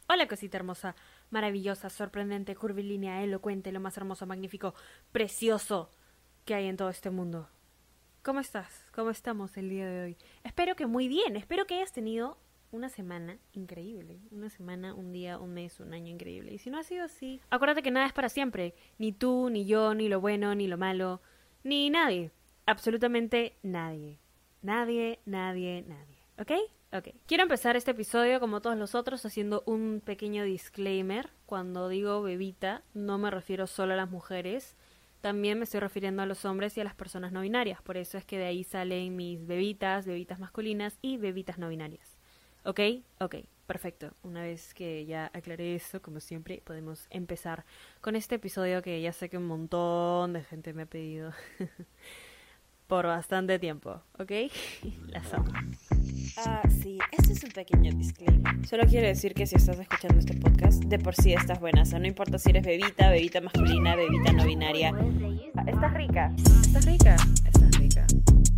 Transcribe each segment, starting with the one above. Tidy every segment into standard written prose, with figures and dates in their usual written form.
Hola, cosita hermosa, maravillosa, sorprendente, curvilínea, elocuente, lo más hermoso, magnífico, precioso que hay en todo este mundo. ¿Cómo estás? ¿Cómo estamos el día de hoy? Espero que muy bien, espero que hayas tenido una semana increíble. Una semana, un día, un mes, un año increíble. Y si no ha sido así, acuérdate que nada es para siempre. Ni tú, ni yo, ni lo bueno, ni lo malo, ni nadie. Absolutamente nadie. Nadie, nadie, nadie. ¿Ok? Ok. Quiero empezar este episodio, como todos los otros, haciendo un pequeño disclaimer. Cuando digo bebita, no me refiero solo a las mujeres. También me estoy refiriendo a los hombres y a las personas no binarias. Por eso es que de ahí salen mis bebitas, bebitas masculinas y bebitas no binarias. ¿Ok? Ok. Perfecto. Una vez que ya aclaré eso, como siempre, podemos empezar con este episodio que ya sé que un montón de gente me ha pedido por bastante tiempo. ¿Ok? Las amo. Sí, este es un pequeño disclaimer. Solo quiero decir que si estás escuchando este podcast, de por sí estás buena. O sea, no importa si eres bebita, bebita masculina, bebita no binaria. Estás rica. ¿Estás rica? Estás rica.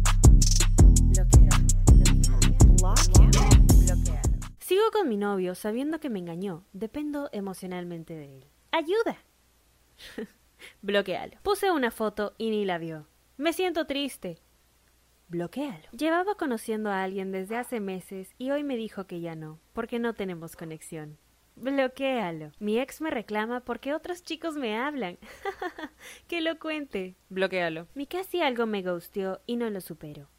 Bloquea. Sigo con mi novio sabiendo que me engañó. Dependo emocionalmente de él. ¡Ayuda! Bloquealo. Puse una foto y ni la vio. Me siento triste. Bloquéalo. Llevaba conociendo a alguien desde hace meses y hoy me dijo que ya no, porque no tenemos conexión. Bloquéalo. Mi ex me reclama porque otros chicos me hablan. Que lo cuente. Bloquéalo. Mi casi algo me ghosteó y no lo supero.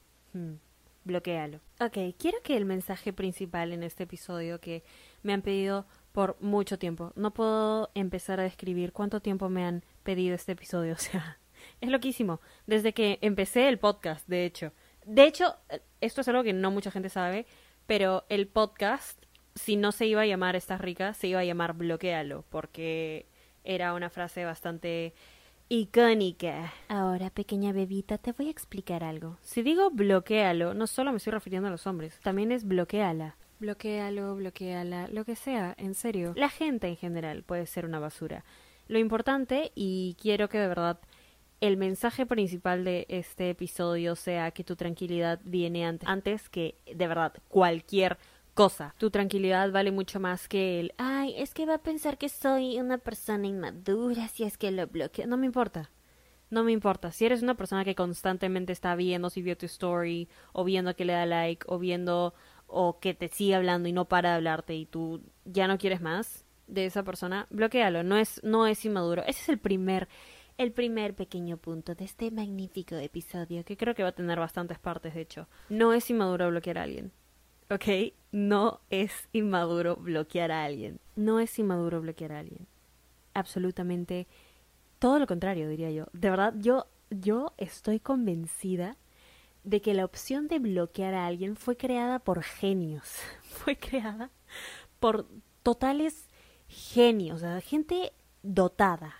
Bloquéalo. Ok, quiero que el mensaje principal en este episodio que me han pedido por mucho tiempo. No puedo empezar a describir cuánto tiempo me han pedido este episodio, o sea, es loquísimo. Desde que empecé el podcast, de hecho. De hecho, esto es algo que no mucha gente sabe, pero el podcast, si no se iba a llamar Estás Rica, se iba a llamar Bloquéalo, porque era una frase bastante icónica. Ahora, pequeña bebita, te voy a explicar algo. Si digo bloquéalo, no solo me estoy refiriendo a los hombres, también es bloquéala. Bloquéalo, bloquéala, lo que sea, en serio. La gente en general puede ser una basura. Lo importante, y quiero que de verdad el mensaje principal de este episodio sea que tu tranquilidad viene antes que de verdad cualquier cosa. Tu tranquilidad vale mucho más que el ay, es que va a pensar que soy una persona inmadura si es que lo bloqueo. No me importa. No me importa. Si eres una persona que constantemente está viendo si vio tu story, o viendo que le da like, o viendo o que te sigue hablando y no para de hablarte y tú ya no quieres más de esa persona, bloquéalo. No es inmaduro. Ese es el primer pequeño punto de este magnífico episodio, que creo que va a tener bastantes partes, de hecho. No es inmaduro bloquear a alguien. ¿Ok? No es inmaduro bloquear a alguien. No es inmaduro bloquear a alguien. Absolutamente todo lo contrario, diría yo. De verdad, yo estoy convencida de que la opción de bloquear a alguien fue creada por genios. Fue creada por totales genios. O sea, gente dotada.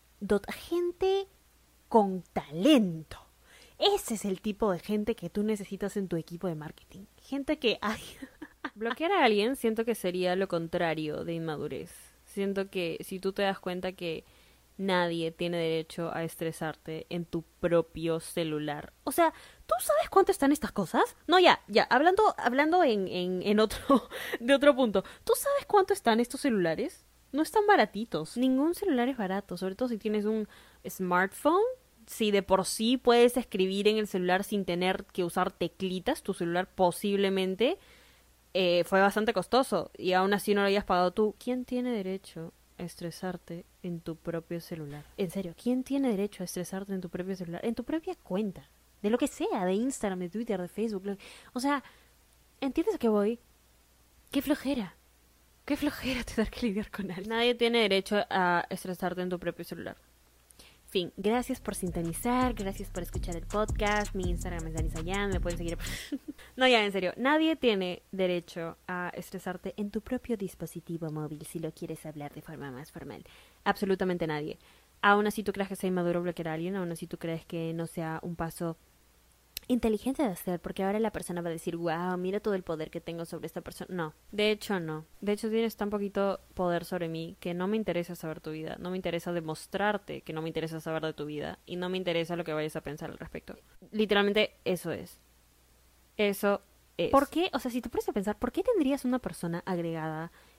Gente con talento. Ese es el tipo de gente que tú necesitas en tu equipo de marketing. Gente que hay. Bloquear a alguien siento que sería lo contrario de inmadurez. Siento que si tú te das cuenta que nadie tiene derecho a estresarte en tu propio celular. O sea, ¿tú sabes cuánto están estas cosas? No, ya, hablando en otro, de otro punto. ¿Tú sabes cuánto están estos celulares? No están baratitos. Ningún celular es barato, sobre todo si tienes un smartphone. Si de por sí puedes escribir en el celular sin tener que usar teclitas, tu celular posiblemente fue bastante costoso y aún así no lo hayas pagado tú. ¿Quién tiene derecho a estresarte en tu propio celular? En serio, ¿quién tiene derecho a estresarte en tu propio celular? En tu propia cuenta. De lo que sea, de Instagram, de Twitter, de Facebook. O sea, ¿entiendes a qué voy? ¡Qué flojera! ¡Qué flojera tener que lidiar con alguien! Nadie tiene derecho a estresarte en tu propio celular. Fin, gracias por sintonizar, gracias por escuchar el podcast. Mi Instagram es Dani Sayan, me pueden seguir. No, ya, en serio, nadie tiene derecho a estresarte en tu propio dispositivo móvil si lo quieres hablar de forma más formal. Absolutamente nadie. Aún así tú crees que sea inmaduro bloquear a alguien, aún así tú crees que no sea un paso inteligente de hacer, porque ahora la persona va a decir, wow, mira todo el poder que tengo sobre esta persona. No, de hecho no. De hecho tienes tan poquito poder sobre mí que no me interesa saber tu vida, no me interesa demostrarte que no me interesa saber de tu vida y no me interesa lo que vayas a pensar al respecto. Literalmente eso es. Eso es. ¿Por qué? O sea, si te pones a pensar, ¿por qué tendrías una persona agregada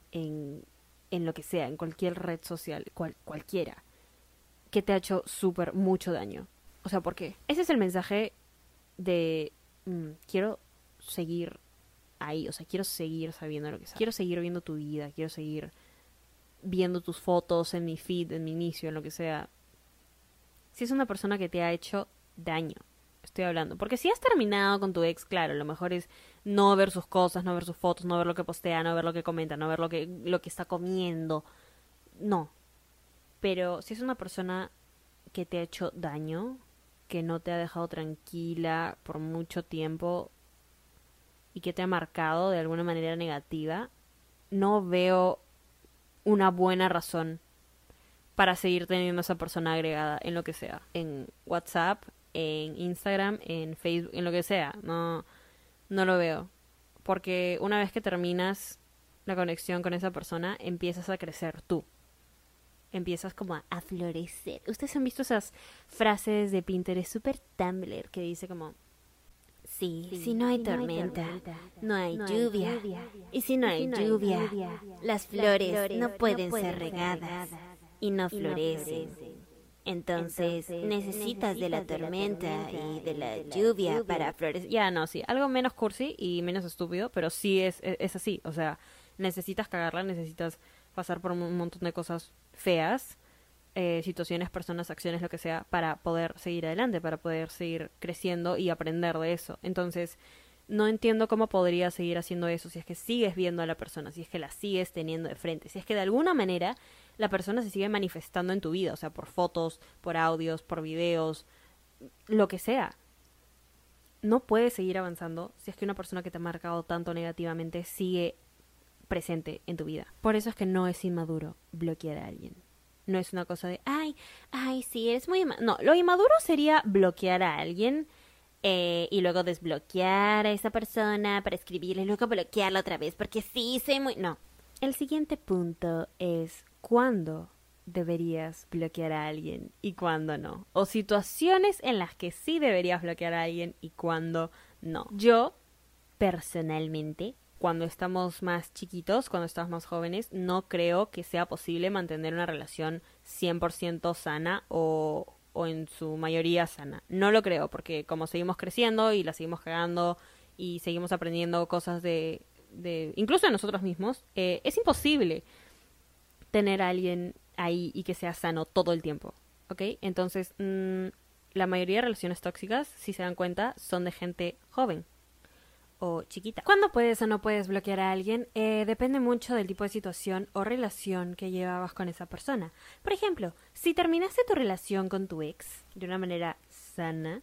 en lo que sea, en cualquier red social, cualquiera, que te ha hecho súper mucho daño. O sea, ¿por qué? Ese es el mensaje de quiero seguir ahí, o sea, quiero seguir sabiendo lo que sea. Quiero seguir viendo tu vida, quiero seguir viendo tus fotos en mi feed, en mi inicio, en lo que sea. Si es una persona que te ha hecho daño, estoy hablando. Porque si has terminado con tu ex, claro, lo mejor es no ver sus cosas, no ver sus fotos, no ver lo que postea, no ver lo que comenta, no ver lo que está comiendo. No. Pero si es una persona que te ha hecho daño, que no te ha dejado tranquila por mucho tiempo y que te ha marcado de alguna manera negativa, no veo una buena razón para seguir teniendo a esa persona agregada en lo que sea. En WhatsApp, en Instagram, en Facebook, en lo que sea. No lo veo. Porque una vez que terminas la conexión con esa persona, empiezas a crecer tú. Empiezas como a florecer. Ustedes han visto esas frases de Pinterest super Tumblr que dice como... Sí, si no hay tormenta, no hay lluvia. Y si no hay lluvia, las flores no pueden ser regadas y no florecen. Entonces necesitas de la tormenta y de la lluvia para florecer. Ya, no, sí, algo menos cursi y menos estúpido, pero sí es así. O sea, necesitas cagarla, necesitas pasar por un montón de cosas feas, situaciones, personas, acciones, lo que sea, para poder seguir adelante, para poder seguir creciendo y aprender de eso. Entonces, no entiendo cómo podrías seguir haciendo eso si es que sigues viendo a la persona, si es que la sigues teniendo de frente, si es que de alguna manera la persona se sigue manifestando en tu vida, o sea, por fotos, por audios, por videos, lo que sea. No puedes seguir avanzando si es que una persona que te ha marcado tanto negativamente sigue presente en tu vida. Por eso es que no es inmaduro bloquear a alguien. No es una cosa de, ay, sí, eres muy... No, lo inmaduro sería bloquear a alguien y luego desbloquear a esa persona para escribirle y luego bloquearla otra vez, porque sí, soy muy... No. El siguiente punto es cuándo deberías bloquear a alguien y cuándo no. O situaciones en las que sí deberías bloquear a alguien y cuándo no. Yo, personalmente, cuando estamos más chiquitos, cuando estamos más jóvenes, no creo que sea posible mantener una relación 100% sana o en su mayoría sana. No lo creo, porque como seguimos creciendo y la seguimos cagando y seguimos aprendiendo cosas de incluso de nosotros mismos, es imposible tener a alguien ahí y que sea sano todo el tiempo, ¿ok? Entonces, la mayoría de relaciones tóxicas, si se dan cuenta, son de gente joven o chiquita. ¿Cuándo puedes o no puedes bloquear a alguien? Depende mucho del tipo de situación o relación que llevabas con esa persona. Por ejemplo, si terminaste tu relación con tu ex de una manera sana,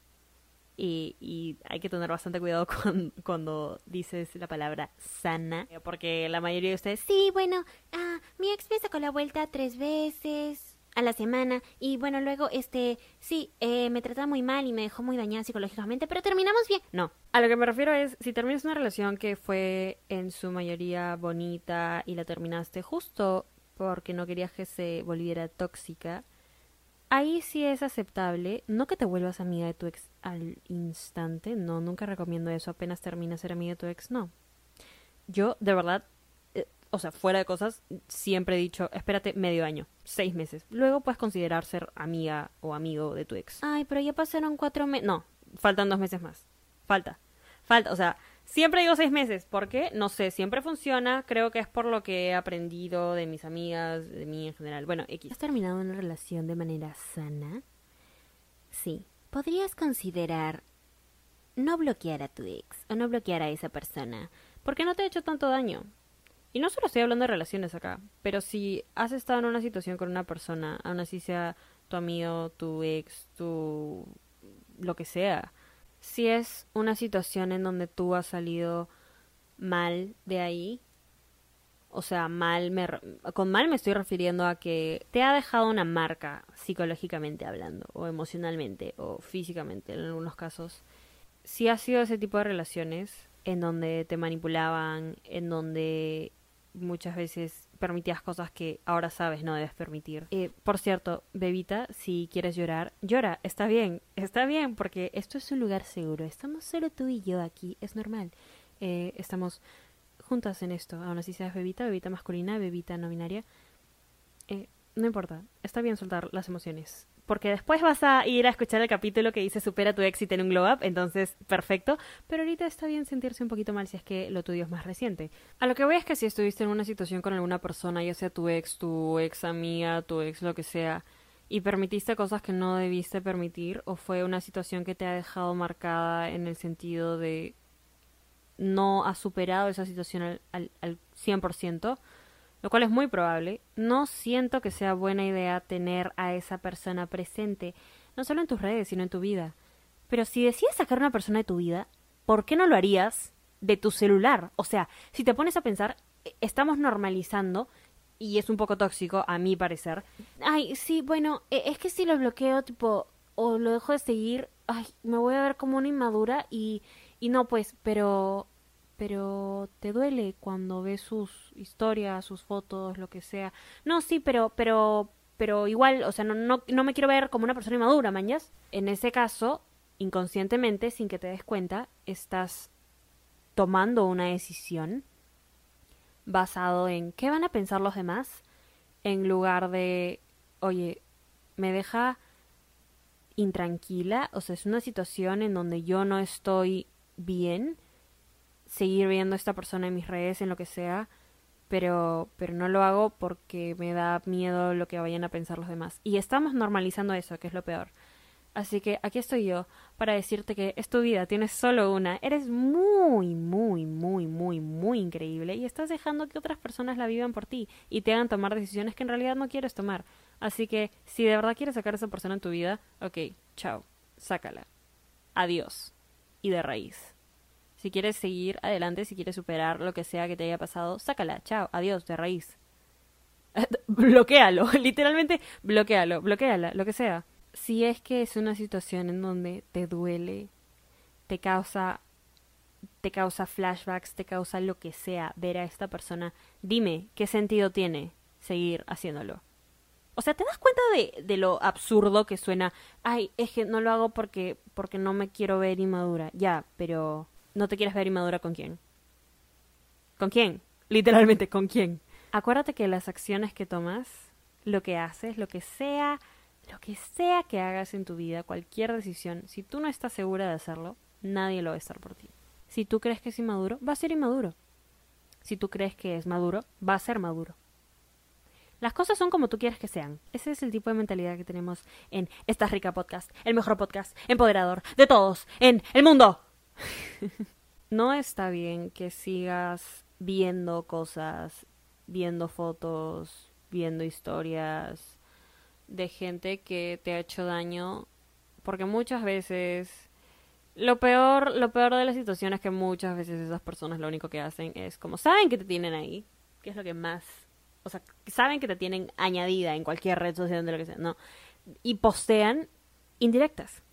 y hay que tener bastante cuidado cuando dices la palabra sana, porque la mayoría de ustedes, sí, bueno, mi ex me sacó la vuelta 3 veces a la semana y bueno, luego sí, me trataba muy mal y me dejó muy dañada psicológicamente, pero terminamos bien. No, a lo que me refiero es, si terminas una relación que fue en su mayoría bonita y la terminaste justo porque no querías que se volviera tóxica, ahí sí es aceptable, no que te vuelvas amiga de tu ex al instante, no, nunca recomiendo eso, apenas terminas ser amiga de tu ex, no. Yo, de verdad, o sea, fuera de cosas, siempre he dicho, espérate medio año, 6 meses. Luego puedes considerar ser amiga o amigo de tu ex. Ay, pero ya pasaron 4 meses. No, faltan 2 meses más. Falta, o sea, siempre digo 6 meses, ¿por qué? No sé, siempre funciona, creo que es por lo que he aprendido de mis amigas, de mí en general. Bueno, X. ¿Has terminado una relación de manera sana? Sí. Podrías considerar no bloquear a tu ex o no bloquear a esa persona, porque no te ha hecho tanto daño. Y no solo estoy hablando de relaciones acá, pero si has estado en una situación con una persona, aun así sea tu amigo, tu ex, lo que sea, si es una situación en donde tú has salido mal de ahí, o sea, con mal me estoy refiriendo a que te ha dejado una marca psicológicamente hablando, o emocionalmente, o físicamente en algunos casos. Si ha sido ese tipo de relaciones en donde te manipulaban, en donde muchas veces permitías cosas que ahora sabes no debes permitir. Por cierto, bebita, si quieres llorar, llora, está bien, porque esto es un lugar seguro. Estamos solo tú y yo aquí, es normal. Estamos juntas en esto, aún así seas bebita, bebita masculina, bebita no binaria. No importa, está bien soltar las emociones. Porque después vas a ir a escuchar el capítulo que dice supera tu ex y ten un glow up, entonces perfecto. Pero ahorita está bien sentirse un poquito mal si es que lo tuyo es más reciente. A lo que voy es que si estuviste en una situación con alguna persona, ya sea tu ex amiga, tu ex lo que sea, y permitiste cosas que no debiste permitir, o fue una situación que te ha dejado marcada en el sentido de no has superado esa situación al 100%, lo cual es muy probable, no siento que sea buena idea tener a esa persona presente, no solo en tus redes, sino en tu vida. Pero si decides sacar a una persona de tu vida, ¿por qué no lo harías de tu celular? O sea, si te pones a pensar, estamos normalizando, y es un poco tóxico, a mi parecer. Ay, sí, bueno, es que si lo bloqueo, tipo, o lo dejo de seguir, ay, me voy a ver como una inmadura y no, pues, pero te duele cuando ves sus historias, sus fotos, lo que sea. No, sí, pero igual, o sea, no me quiero ver como una persona inmadura, mañas. En ese caso, inconscientemente, sin que te des cuenta, estás tomando una decisión basado en qué van a pensar los demás, en lugar de, oye, me deja intranquila, o sea, es una situación en donde yo no estoy bien, seguir viendo a esta persona en mis redes, en lo que sea, pero no lo hago porque me da miedo lo que vayan a pensar los demás. Y estamos normalizando eso, que es lo peor. Así que aquí estoy yo para decirte que es tu vida, tienes solo una, eres muy, muy, muy, muy, muy increíble y estás dejando que otras personas la vivan por ti y te hagan tomar decisiones que en realidad no quieres tomar. Así que si de verdad quieres sacar a esa persona en tu vida, ok, chao, sácala. Adiós. Y de raíz. Si quieres seguir adelante, si quieres superar lo que sea que te haya pasado, sácala, chao, adiós, de raíz. Bloquéalo, literalmente bloquéala, lo que sea. Si es que es una situación en donde te duele, te causa flashbacks, te causa lo que sea ver a esta persona, dime qué sentido tiene seguir haciéndolo. O sea, ¿te das cuenta de lo absurdo que suena? Ay, es que no lo hago porque no me quiero ver inmadura. Ya, pero ¿no te quieres ver inmadura con quién? ¿Con quién? Literalmente, ¿con quién? Acuérdate que las acciones que tomas, lo que haces, lo que sea que hagas en tu vida, cualquier decisión, si tú no estás segura de hacerlo, nadie lo va a estar por ti. Si tú crees que es inmaduro, va a ser inmaduro. Si tú crees que es maduro, va a ser maduro. Las cosas son como tú quieres que sean. Ese es el tipo de mentalidad que tenemos en Estás Rica Podcast, el mejor podcast empoderador de todos en el mundo. No está bien que sigas viendo cosas, viendo fotos, viendo historias de gente que te ha hecho daño, porque muchas veces lo peor de la situación es que muchas veces esas personas lo único que hacen es como saben que te tienen ahí, que es lo que más, o sea, saben que te tienen añadida en cualquier red social de lo que sea, no, y postean indirectas,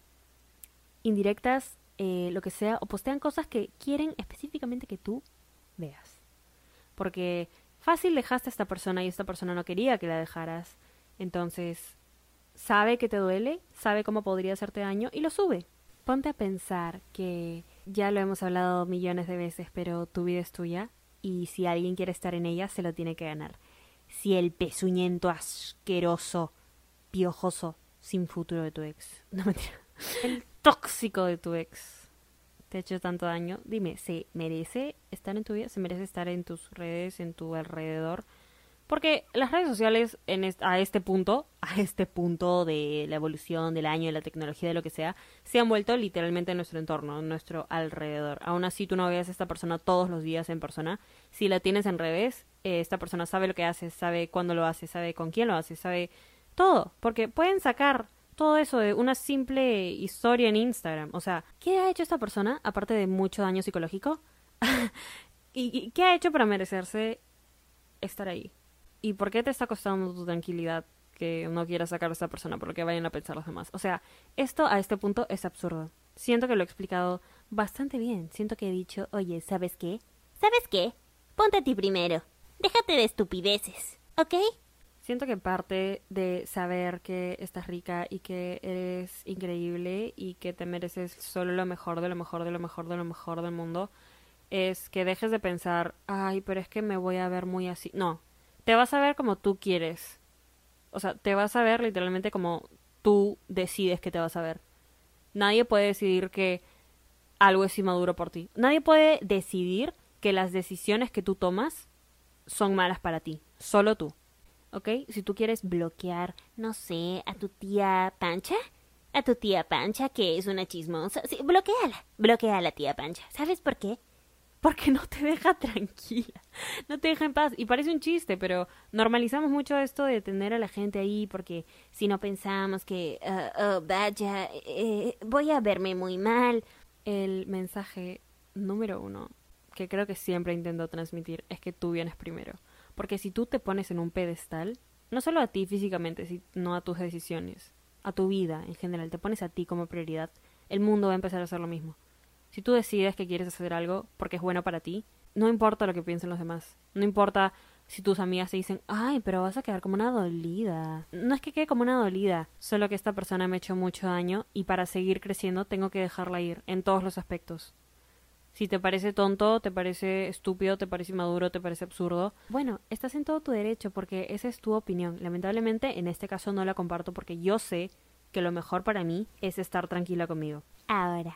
lo que sea, o postean cosas que quieren específicamente que tú veas, porque fácil dejaste a esta persona y esta persona no quería que la dejaras, entonces sabe que te duele, sabe cómo podría hacerte daño y lo sube. Ponte a pensar que ya lo hemos hablado millones de veces, pero tu vida es tuya y si alguien quiere estar en ella, se lo tiene que ganar. Si el pezuñento asqueroso, piojoso, sin futuro de tu ex, no mentira, el tóxico de tu ex te ha hecho tanto daño, dime, ¿se merece estar en tu vida? ¿Se merece estar en tus redes, en tu alrededor? Porque las redes sociales a este punto de la evolución del año, de la tecnología, de lo que sea, se han vuelto literalmente en nuestro entorno, en nuestro alrededor. Aún así tú no veas a esta persona todos los días en persona. Si la tienes en redes, esta persona sabe lo que hace, sabe cuándo lo hace, sabe con quién lo hace, sabe todo. Porque pueden sacar todo eso de una simple historia en Instagram. O sea, ¿qué ha hecho esta persona, aparte de mucho daño psicológico? ¿Y qué ha hecho para merecerse estar ahí? ¿Y por qué te está costando tu tranquilidad que no quieras sacar a esta persona por lo que vayan a pensar los demás? O sea, esto a este punto es absurdo. Siento que lo he explicado bastante bien. Siento que he dicho, oye, ¿sabes qué? ¿Sabes qué? Ponte a ti primero. Déjate de estupideces, ¿ok? Siento que parte de saber que estás rica y que eres increíble y que te mereces solo lo mejor de lo mejor de lo mejor de lo mejor del mundo es que dejes de pensar, ay, pero es que me voy a ver muy así. No, te vas a ver como tú quieres. O sea, te vas a ver literalmente como tú decides que te vas a ver. Nadie puede decidir que algo es inmaduro por ti. Nadie puede decidir que las decisiones que tú tomas son malas para ti. Solo tú. ¿Ok? Si tú quieres bloquear, no sé, a tu tía Pancha, que es una chismosa, sí, bloqueala. Bloquea a la tía Pancha. ¿Sabes por qué? Porque no te deja tranquila, no te deja en paz. Y parece un chiste, pero normalizamos mucho esto de tener a la gente ahí porque si no pensamos que, vaya, voy a verme muy mal. El mensaje número 1 que creo que siempre intento transmitir es que tú vienes primero. Porque si tú te pones en un pedestal, no solo a ti físicamente, sino a tus decisiones, a tu vida en general, te pones a ti como prioridad, el mundo va a empezar a hacer lo mismo. Si tú decides que quieres hacer algo porque es bueno para ti, no importa lo que piensen los demás. No importa si tus amigas te dicen, ay, pero vas a quedar como una dolida. No es que quede como una dolida, solo que esta persona me ha hecho mucho daño y para seguir creciendo tengo que dejarla ir en todos los aspectos. Si te parece tonto, te parece estúpido, te parece inmaduro, te parece absurdo, bueno, estás en todo tu derecho porque esa es tu opinión. Lamentablemente, en este caso no la comparto porque yo sé que lo mejor para mí es estar tranquila conmigo. Ahora,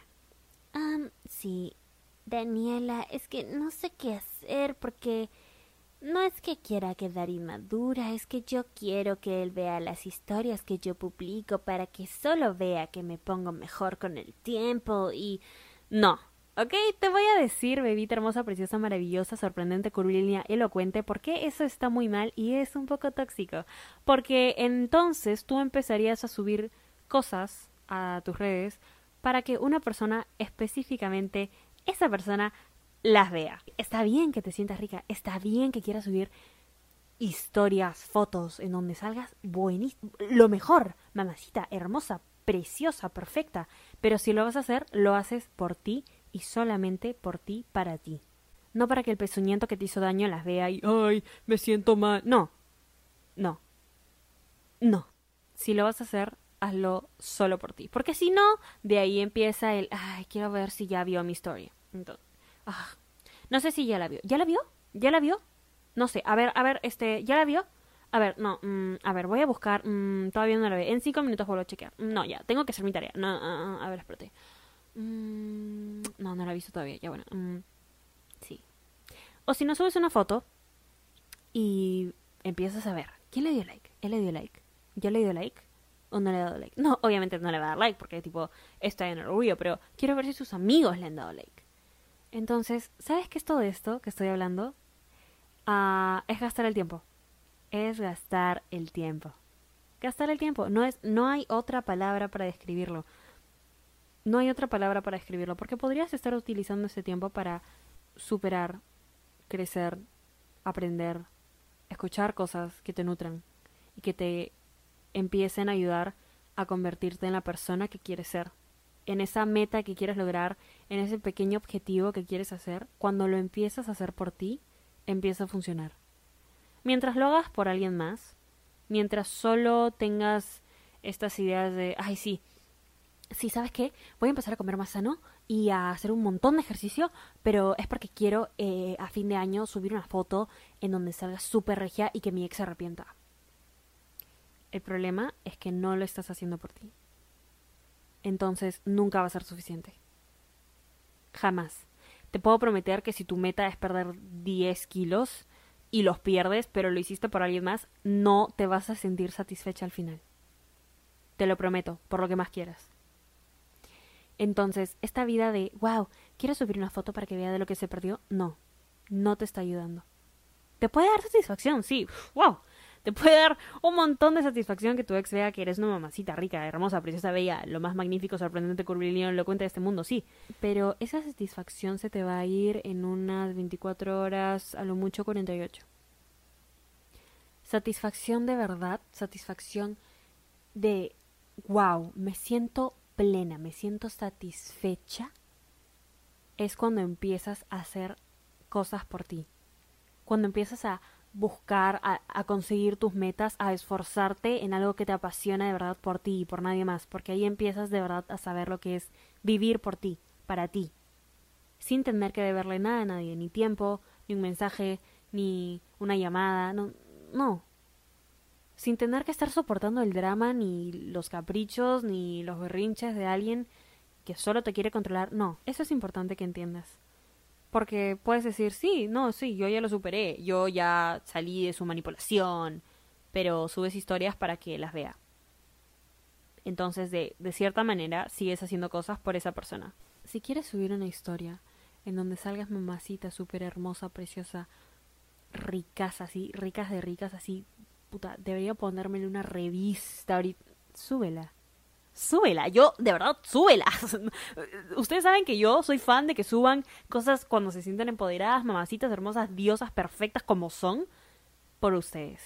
sí, Daniela, es que no sé qué hacer porque no es que quiera quedar inmadura, es que yo quiero que él vea las historias que yo publico para que solo vea que me pongo mejor con el tiempo y... No. Ok, te voy a decir, bebita hermosa, preciosa, maravillosa, sorprendente, curvilínea, elocuente, porque eso está muy mal y es un poco tóxico. Porque entonces tú empezarías a subir cosas a tus redes para que una persona, específicamente esa persona, las vea. Está bien que te sientas rica, está bien que quieras subir historias, fotos, en donde salgas buenísimo, lo mejor, mamacita, hermosa, preciosa, perfecta. Pero si lo vas a hacer, lo haces por ti y solamente por ti, para ti. No para que el pezuñento que te hizo daño las vea y ¡ay, me siento mal! No. No. No. Si lo vas a hacer, hazlo solo por ti. Porque si no, de ahí empieza el ¡ay, quiero ver si ya vio mi historia! Entonces, no sé si ya la vio. ¿Ya la vio? ¿Ya la vio? No sé. A ver, ¿ya la vio? A ver, no, a ver, voy a buscar, todavía no la ve. En 5 minutos vuelvo a chequear. No, ya, tengo que hacer mi tarea. No, a ver, espérate. No la he visto todavía, ya bueno. Sí. O si no subes una foto y empiezas a ver, ¿quién le dio like? ¿Él le dio like? ¿Ya le dio like? ¿O no le ha dado like? No, obviamente no le va a dar like porque tipo está en el orgullo, pero quiero ver si sus amigos le han dado like. Entonces, ¿sabes qué es todo esto que estoy hablando? Es gastar el tiempo. Es gastar el tiempo. Gastar el tiempo. No hay otra palabra para describirlo. No hay otra palabra para describirlo, porque podrías estar utilizando ese tiempo para superar, crecer, aprender, escuchar cosas que te nutran y que te empiecen a ayudar a convertirte en la persona que quieres ser, en esa meta que quieres lograr, en ese pequeño objetivo que quieres hacer. Cuando lo empiezas a hacer por ti, empieza a funcionar. Mientras lo hagas por alguien más, mientras solo tengas estas ideas de, ay, sí, ¿sabes qué? Voy a empezar a comer más sano y a hacer un montón de ejercicio, pero es porque quiero a fin de año subir una foto en donde salga súper regia y que mi ex se arrepienta. El problema es que no lo estás haciendo por ti. Entonces nunca va a ser suficiente. Jamás. Te puedo prometer que si tu meta es perder 10 kilos y los pierdes, pero lo hiciste por alguien más, no te vas a sentir satisfecha al final. Te lo prometo, por lo que más quieras. Entonces, esta vida de, wow, quiero subir una foto para que vea de lo que se perdió, no te está ayudando. Te puede dar satisfacción, sí, wow. Te puede dar un montón de satisfacción que tu ex vea que eres una mamacita rica, hermosa, preciosa, bella, lo más magnífico, sorprendente, curvilíneo, elocuente de este mundo, sí. Pero esa satisfacción se te va a ir en unas 24 horas, a lo mucho 48. Satisfacción de verdad, satisfacción de, wow, me siento plena, me siento satisfecha, es cuando empiezas a hacer cosas por ti. Cuando empiezas a buscar, a conseguir tus metas, a esforzarte en algo que te apasiona de verdad por ti y por nadie más, porque ahí empiezas de verdad a saber lo que es vivir por ti, para ti. sin tener que deberle nada a nadie, ni tiempo, ni un mensaje, ni una llamada, no. Sin tener que estar soportando el drama, ni los caprichos, ni los berrinches de alguien que solo te quiere controlar. No, eso es importante que entiendas. Porque puedes decir, sí, yo ya lo superé, yo ya salí de su manipulación, pero subes historias para que las vea. Entonces, de cierta manera, sigues haciendo cosas por esa persona. Si quieres subir una historia en donde salgas mamacita súper hermosa, preciosa, ricas así, puta, debería ponérmele una revista ahorita. Súbela, yo, de verdad, súbela. Ustedes saben que yo soy fan de que suban cosas cuando se sienten empoderadas, mamacitas, hermosas, diosas, perfectas como son, por ustedes.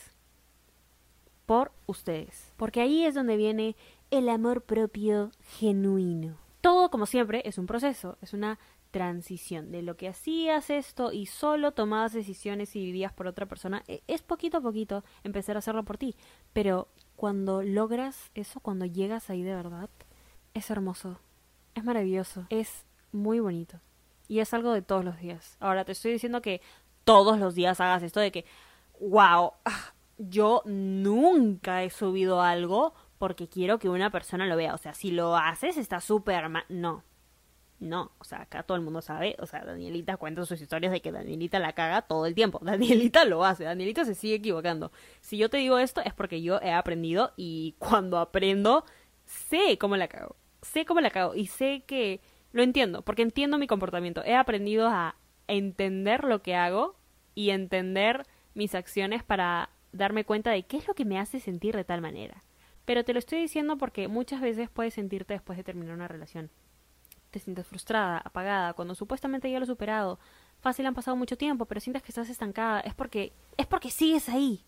Porque ahí es donde viene el amor propio genuino. Todo, como siempre, es un proceso, es una transición de lo que hacías esto y solo tomabas decisiones y vivías por otra persona. Es poquito a poquito empezar a hacerlo por ti, pero cuando logras eso, cuando llegas ahí de verdad, es hermoso, es maravilloso, es muy bonito y es algo de todos los días. Ahora te estoy diciendo que todos los días hagas esto de que, wow, yo nunca he subido algo porque quiero que una persona lo vea. O sea, si lo haces está súper mal. No, o sea, acá todo el mundo sabe, o sea, Danielita cuenta sus historias de que Danielita la caga todo el tiempo. Danielita lo hace, Danielita se sigue equivocando. Si yo te digo esto es porque yo he aprendido y cuando aprendo sé cómo la cago. Y sé que lo entiendo, porque entiendo mi comportamiento. He aprendido a entender lo que hago y entender mis acciones para darme cuenta de qué es lo que me hace sentir de tal manera. Pero te lo estoy diciendo porque muchas veces puedes sentirte después de terminar una relación. Te sientes frustrada, apagada, cuando supuestamente ya lo has superado. Fácil, han pasado mucho tiempo, pero sientes que estás estancada. Es porque sigues ahí.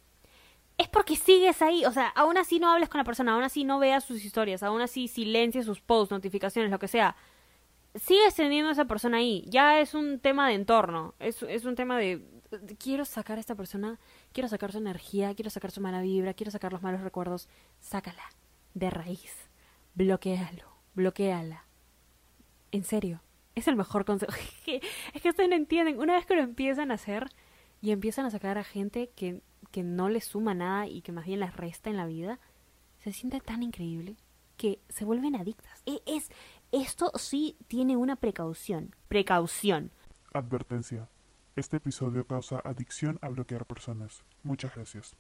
O sea, aún así no hables con la persona, aún así no veas sus historias, aún así silencias sus posts, notificaciones, lo que sea. Sigues teniendo a esa persona ahí. Ya es un tema de entorno. Es un tema de quiero sacar a esta persona, quiero sacar su energía, quiero sacar su mala vibra, quiero sacar los malos recuerdos. Sácala. De raíz. Bloquéala. En serio, es el mejor consejo. Es que ustedes no entienden. Una vez que lo empiezan a hacer y empiezan a sacar a gente que no les suma nada y que más bien les resta en la vida, se siente tan increíble que se vuelven adictas. Esto sí tiene una precaución. Advertencia. Este episodio causa adicción a bloquear personas. Muchas gracias.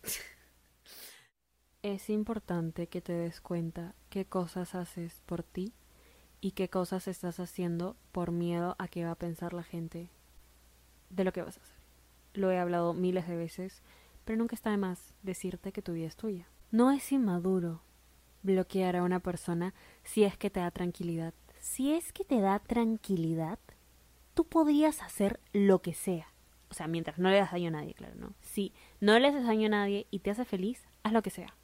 Es importante que te des cuenta qué cosas haces por ti y qué cosas estás haciendo por miedo a qué va a pensar la gente de lo que vas a hacer. Lo he hablado miles de veces, pero nunca está de más decirte que tu vida es tuya. No es inmaduro bloquear a una persona si es que te da tranquilidad. Si es que te da tranquilidad, tú podrías hacer lo que sea. O sea, mientras no le das daño a nadie, claro, ¿no? Si no le haces daño a nadie y te hace feliz, haz lo que sea.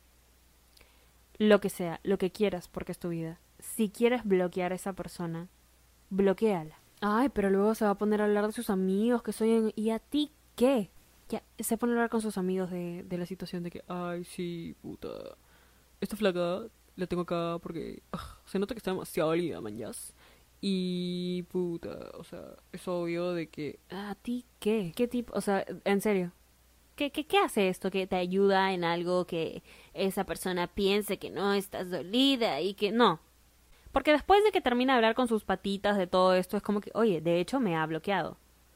Lo que sea, lo que quieras, porque es tu vida. Si quieres bloquear a esa persona, bloquéala. Ay, pero luego se va a poner a hablar de sus amigos, ¿Y a ti qué? Ya, se pone a hablar con sus amigos de la situación de que, ay, sí, puta, esta flaca la tengo acá porque se nota que está demasiado dolida, mañas. Y, puta, o sea, es obvio de que... ¿A ti qué? ¿Qué tipo? O sea, en serio. ¿Qué hace esto que te ayuda en algo que esa persona piense que no estás dolida y que no? Porque después de que termina de hablar con sus patitas de todo esto, es como que, oye, de hecho me ha bloqueado.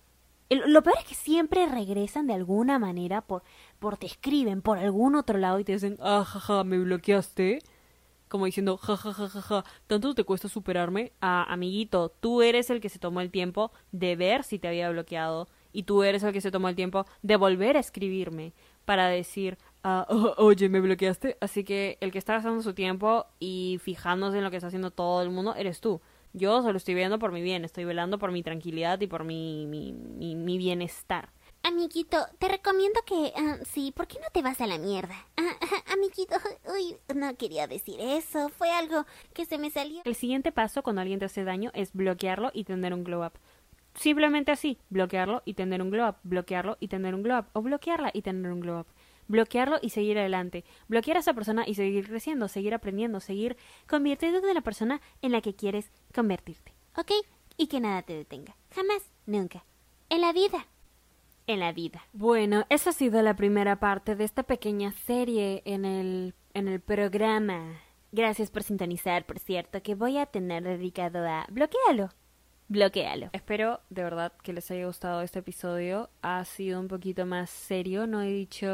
Lo peor es que siempre regresan de alguna manera te escriben por algún otro lado y te dicen, jaja, me bloqueaste. Como diciendo, jajajaja, ¿tanto te cuesta superarme? Amiguito, tú eres el que se tomó el tiempo de ver si te había bloqueado y tú eres el que se tomó el tiempo de volver a escribirme para decir, oye, me bloqueaste. Así que el que está gastando su tiempo y fijándose en lo que está haciendo todo el mundo eres tú. Yo solo estoy viendo por mi bien, estoy velando por mi tranquilidad y por mi bienestar. Amiguito, te recomiendo que... sí, ¿por qué no te vas a la mierda? Amiguito, uy, no quería decir eso. Fue algo que se me salió. El siguiente paso cuando alguien te hace daño es bloquearlo y tener un glow up. Simplemente así, bloquearlo y tener un glow up. Bloquearlo y tener un glow up. O bloquearla y tener un glow up. Bloquearlo y seguir adelante. Bloquear a esa persona y seguir creciendo, seguir aprendiendo, seguir convirtiéndote en la persona en la que quieres convertirte. ¿Ok? y que nada te detenga. Jamás, nunca. En la vida. En la vida. Bueno, esa ha sido la primera parte de esta pequeña serie en el programa. Gracias por sintonizar, por cierto, que voy a tener dedicado a Bloquéalo. Bloquéalo. Espero de verdad que les haya gustado este episodio. Ha sido un poquito más serio. No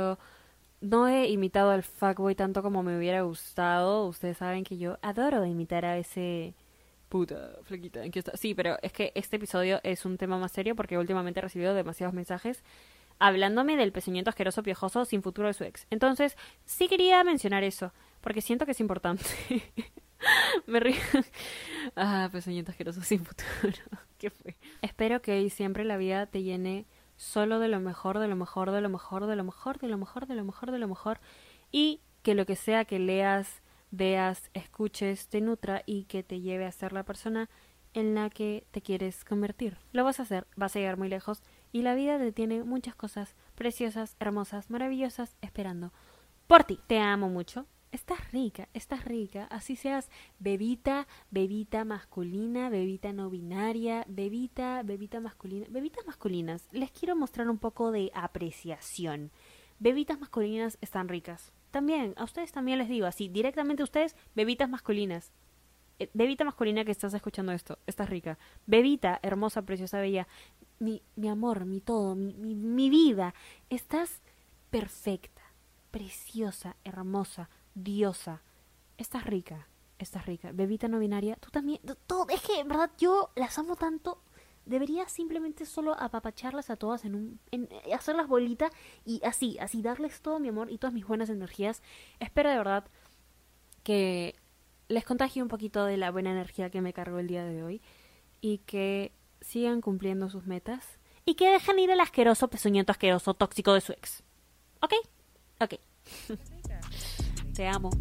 he imitado al fuckboy tanto como me hubiera gustado. Ustedes saben que yo adoro imitar a ese... Puta, flaquita, ¿en qué está? Sí, pero es que este episodio es un tema más serio porque últimamente he recibido demasiados mensajes hablándome del pezuñento asqueroso piojoso sin futuro de su ex. Entonces, sí quería mencionar eso, porque siento que es importante. Me río. Pezuñento asqueroso sin futuro. ¿Qué fue? Espero que hoy siempre la vida te llene solo de lo mejor, de lo mejor, de lo mejor, de lo mejor, de lo mejor, de lo mejor, de lo mejor. Y que lo que sea que leas, veas, escuches, te nutra y que te lleve a ser la persona en la que te quieres convertir. Lo vas a hacer, vas a llegar muy lejos y la vida te tiene muchas cosas preciosas, hermosas, maravillosas esperando por ti. Te amo mucho. Estás rica, así seas bebita masculina, bebita no binaria, bebita masculina, bebitas masculinas. Les quiero mostrar un poco de apreciación. Bebitas masculinas están ricas. También, a ustedes también les digo así, directamente a ustedes, bebitas masculinas. Bebita masculina que estás escuchando esto, estás rica. Bebita, hermosa, preciosa, bella. Mi amor, mi todo, mi vida. Estás perfecta, preciosa, hermosa, diosa. Estás rica. Bebita no binaria, tú también. Todo, es que, en verdad, yo las amo tanto. Debería simplemente solo apapacharlas a todas en hacerlas bolita y así darles todo mi amor y todas mis buenas energías. Espero de verdad que les contagie un poquito de la buena energía que me cargó el día de hoy y que sigan cumpliendo sus metas y que dejen ir el asqueroso pezuñento asqueroso tóxico de su ex. ¿Ok? Ok. Te amo.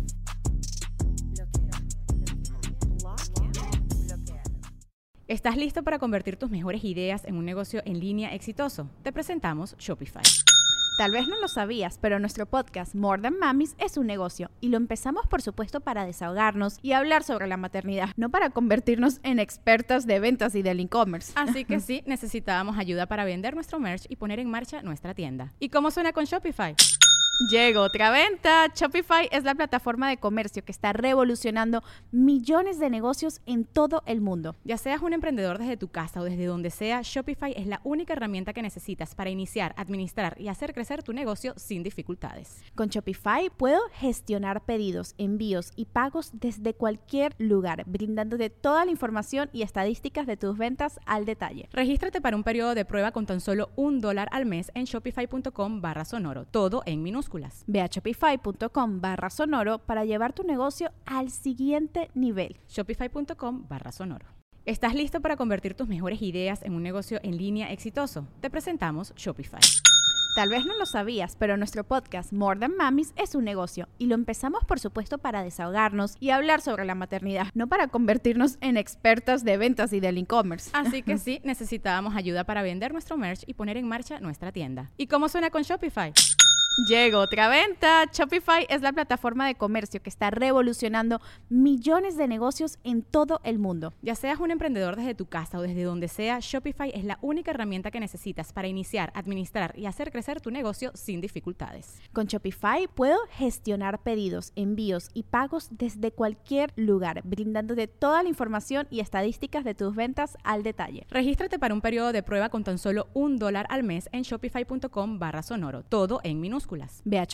¿Estás listo para convertir tus mejores ideas en un negocio en línea exitoso? Te presentamos Shopify. Tal vez no lo sabías, pero nuestro podcast More Than Mamis es un negocio y lo empezamos por supuesto para desahogarnos y hablar sobre la maternidad, no para convertirnos en expertas de ventas y del e-commerce. Así que sí, necesitábamos ayuda para vender nuestro merch y poner en marcha nuestra tienda. ¿Y cómo suena con Shopify? Llegó otra venta. Shopify es la plataforma de comercio que está revolucionando millones de negocios en todo el mundo. Ya seas un emprendedor desde tu casa o desde donde sea, Shopify es la única herramienta que necesitas para iniciar, administrar y hacer crecer tu negocio sin dificultades. Con Shopify puedo gestionar pedidos, envíos y pagos desde cualquier lugar, brindándote toda la información y estadísticas de tus ventas al detalle. Regístrate para un periodo de prueba con tan solo $1 al mes en shopify.com/sonoro, todo en minúsculas. Ve a shopify.com/sonoro para llevar tu negocio al siguiente nivel. Shopify.com/sonoro. ¿Estás listo para convertir tus mejores ideas en un negocio en línea exitoso? Te presentamos Shopify. Tal vez no lo sabías, pero nuestro podcast More Than Mamis es un negocio y lo empezamos por supuesto para desahogarnos y hablar sobre la maternidad, no para convertirnos en expertas de ventas y del e-commerce. Así que sí, necesitábamos ayuda para vender nuestro merch y poner en marcha nuestra tienda. ¿Y cómo suena con Shopify? Llegó otra venta. Shopify es la plataforma de comercio que está revolucionando millones de negocios en todo el mundo. Ya seas un emprendedor desde tu casa o desde donde sea, Shopify es la única herramienta que necesitas para iniciar, administrar y hacer crecer tu negocio sin dificultades. Con Shopify puedo gestionar pedidos, envíos y pagos desde cualquier lugar, brindándote toda la información y estadísticas de tus ventas al detalle. Regístrate para un periodo de prueba con tan solo $1 al mes en shopify.com/sonoro, todo en minúsculas. Ve a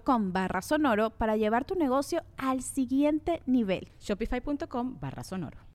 shopify.com/sonoro para llevar tu negocio al siguiente nivel. Shopify.com/sonoro.